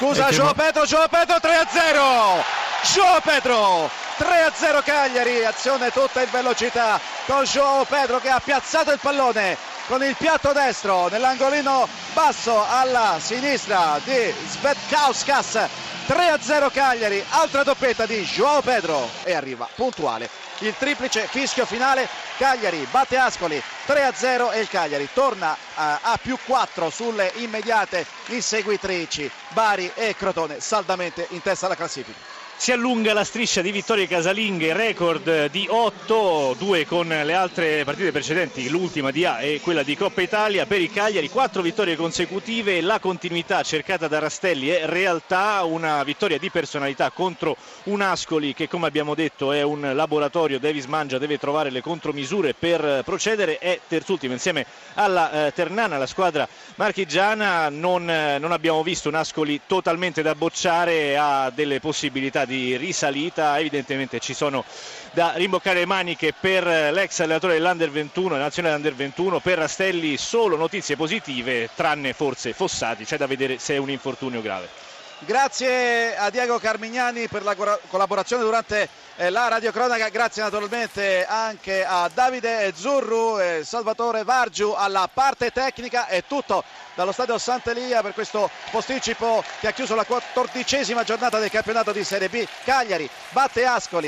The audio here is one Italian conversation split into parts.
scusa, João Pedro 3-0, João Pedro 3-0 Cagliari, azione tutta in velocità con João Pedro che ha piazzato il pallone con il piatto destro nell'angolino basso alla sinistra di Svetkauskas. 3-0 Cagliari, altra doppietta di João Pedro e arriva puntuale il triplice fischio finale. Cagliari batte Ascoli 3-0 e il Cagliari torna a +4 sulle immediate inseguitrici Bari e Crotone, saldamente in testa alla classifica. Si allunga la striscia di vittorie casalinghe, record di 8, 2 con le altre partite precedenti, l'ultima di A e quella di Coppa Italia. Per il Cagliari 4 vittorie consecutive, la continuità cercata da Rastelli è realtà, una vittoria di personalità contro un Ascoli che, come abbiamo detto, è un laboratorio. Davis Mangia deve trovare le contromisure per procedere, è terzultimo insieme alla Ternana, la squadra marchigiana. Non abbiamo visto un Ascoli totalmente da bocciare, ha delle possibilità di risalita, evidentemente ci sono da rimboccare le maniche per l'ex allenatore dell'Under 21, nazionale Under 21. Per Rastelli solo notizie positive, tranne forse Fossati, c'è da vedere se è un infortunio grave. Grazie a Diego Carmignani per la collaborazione durante la radiocronaca, grazie naturalmente anche a Davide Zurru e Salvatore Vargiu alla parte tecnica. È tutto dallo stadio Sant'Elia per questo posticipo che ha chiuso la 14ª giornata del campionato di Serie B. Cagliari batte Ascoli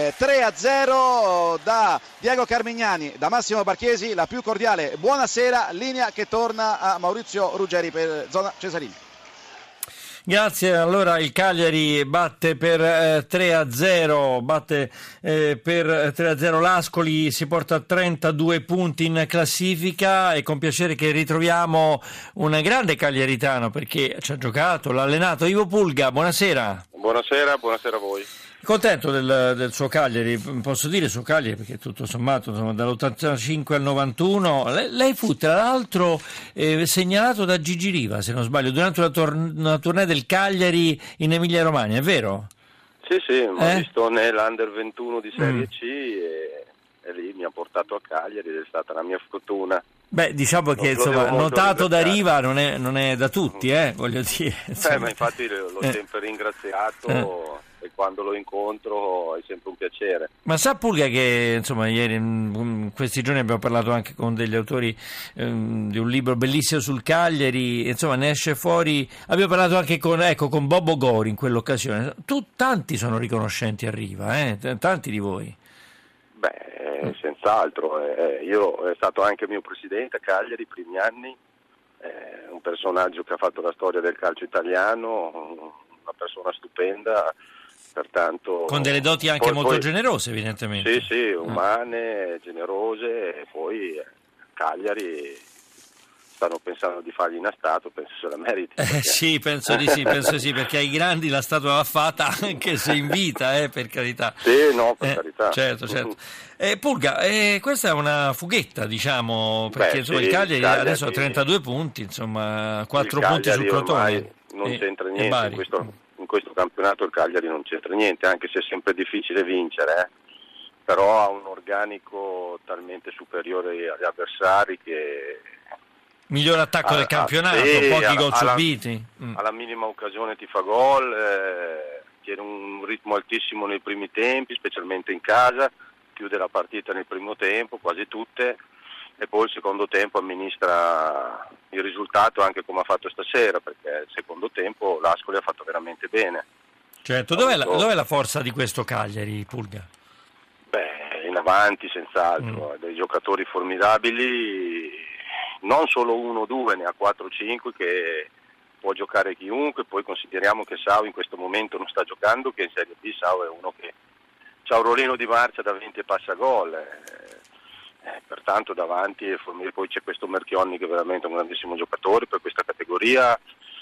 3-0. Da Diego Carmignani, da Massimo Barchiesi, la più cordiale buonasera, linea che torna a Maurizio Ruggeri per Zona Cesarini. Grazie, allora il Cagliari batte per 3-0, per 3-0 l'Ascoli, si porta a 32 punti in classifica. È con piacere che ritroviamo un grande cagliaritano perché ci ha giocato, l'ha allenato, Ivo Pulga, buonasera. Buonasera a voi. Contento del suo Cagliari, posso dire suo Cagliari perché tutto sommato dall'85 al 91 lei fu tra l'altro segnalato da Gigi Riva, se non sbaglio, durante una tournée del Cagliari in Emilia Romagna, è vero? Sì, ho visto nell'Under 21 di Serie C e lì mi ha portato a Cagliari ed è stata la mia fortuna. Beh, diciamo che insomma notato da Riva non è da tutti, voglio dire. Ma infatti l'ho sempre ringraziato. E quando lo incontro è sempre un piacere. Ma sa Pulga che insomma ieri in questi giorni abbiamo parlato anche con degli autori di un libro bellissimo sul Cagliari, insomma ne esce fuori, abbiamo parlato anche con Bobo Gori in quell'occasione. Tanti sono riconoscenti a Riva, tanti di voi. Beh, senz'altro, io è stato anche mio presidente a Cagliari i primi anni, un personaggio che ha fatto la storia del calcio italiano, una persona stupenda. Pertanto, con delle doti anche molto generose, evidentemente. Sì, umane, generose, e poi Cagliari stanno pensando di fargli una statua, penso se la meriti. Sì, penso di sì, perché ai grandi la statua va fatta anche se in vita, per carità. Sì, no, per carità. Certo. Pulga, questa è una fughetta, diciamo, perché insomma, il Cagliari adesso ha 32 punti, insomma, 4 punti sul Crotone. Non c'entra niente in questo campionato, il Cagliari non c'entra niente, anche se è sempre difficile vincere, però ha un organico talmente superiore agli avversari che miglior attacco del campionato, pochi gol subiti. Alla minima occasione ti fa gol, tiene un ritmo altissimo nei primi tempi, specialmente in casa, chiude la partita nel primo tempo, quasi tutte, e poi il secondo tempo amministra il risultato anche come ha fatto stasera, perché il secondo tempo l'Ascoli ha fatto veramente bene. Certo, dov'è la forza di questo Cagliari, Pulga? Beh, in avanti senz'altro, dei giocatori formidabili, non solo uno o due, ne ha 4-5 che può giocare chiunque. Poi consideriamo che Sau in questo momento non sta giocando, che in Serie B Sau è uno che ha un rollino di marcia da 20 e passa gol. Pertanto davanti poi c'è questo Merchionni che è veramente un grandissimo giocatore per questa categoria,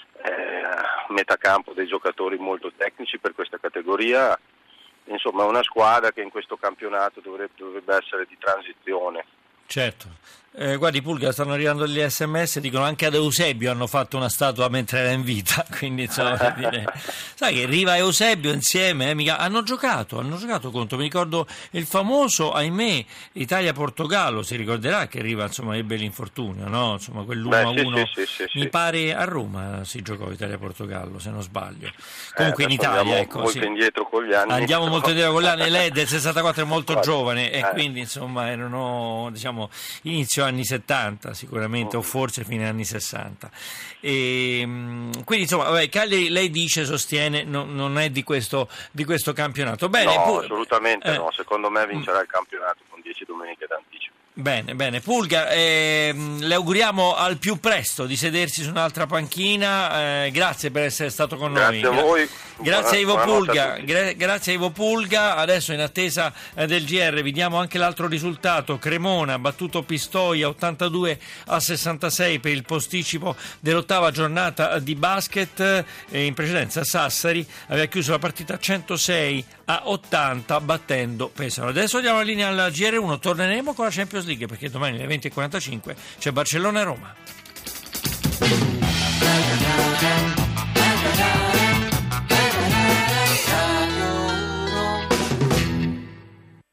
metà campo dei giocatori molto tecnici per questa categoria, insomma è una squadra che in questo campionato dovrebbe essere di transizione, Certo. Guardi Pulga, stanno arrivando gli SMS, dicono anche ad Eusebio hanno fatto una statua mentre era in vita, quindi insomma, per dire, sai che Riva e Eusebio insieme hanno giocato contro, mi ricordo il famoso, ahimè, Italia-Portogallo, si ricorderà che Riva insomma ebbe l'infortunio, no? Insomma quell'1-1 mi pare a Roma si giocò Italia-Portogallo, se non sbaglio, comunque in Italia, ecco, molto indietro con gli anni, andiamo molto indietro con gli anni. Lei del 64 è molto giovane e quindi insomma erano, diciamo, inizio anni 70 sicuramente, o forse fine anni 60, e quindi insomma Cagliari, lei dice, sostiene non è di questo campionato. Bene, no, assolutamente no, secondo me vincerà il campionato con 10 domeniche d'anticipo. Bene, Pulga, le auguriamo al più presto di sedersi su un'altra panchina, grazie per essere stato con noi. Grazie a voi. Grazie a Ivo Pulga, grazie a Ivo Pulga. Adesso in attesa del GR vi diamo anche l'altro risultato. Cremona ha battuto Pistoia 82-66 per il posticipo dell'8ª giornata di basket, in precedenza Sassari aveva chiuso la partita 106-80 battendo Pesaro. Adesso diamo la linea al GR1, torneremo con la Champions League perché domani alle 20:45 c'è Barcellona e Roma.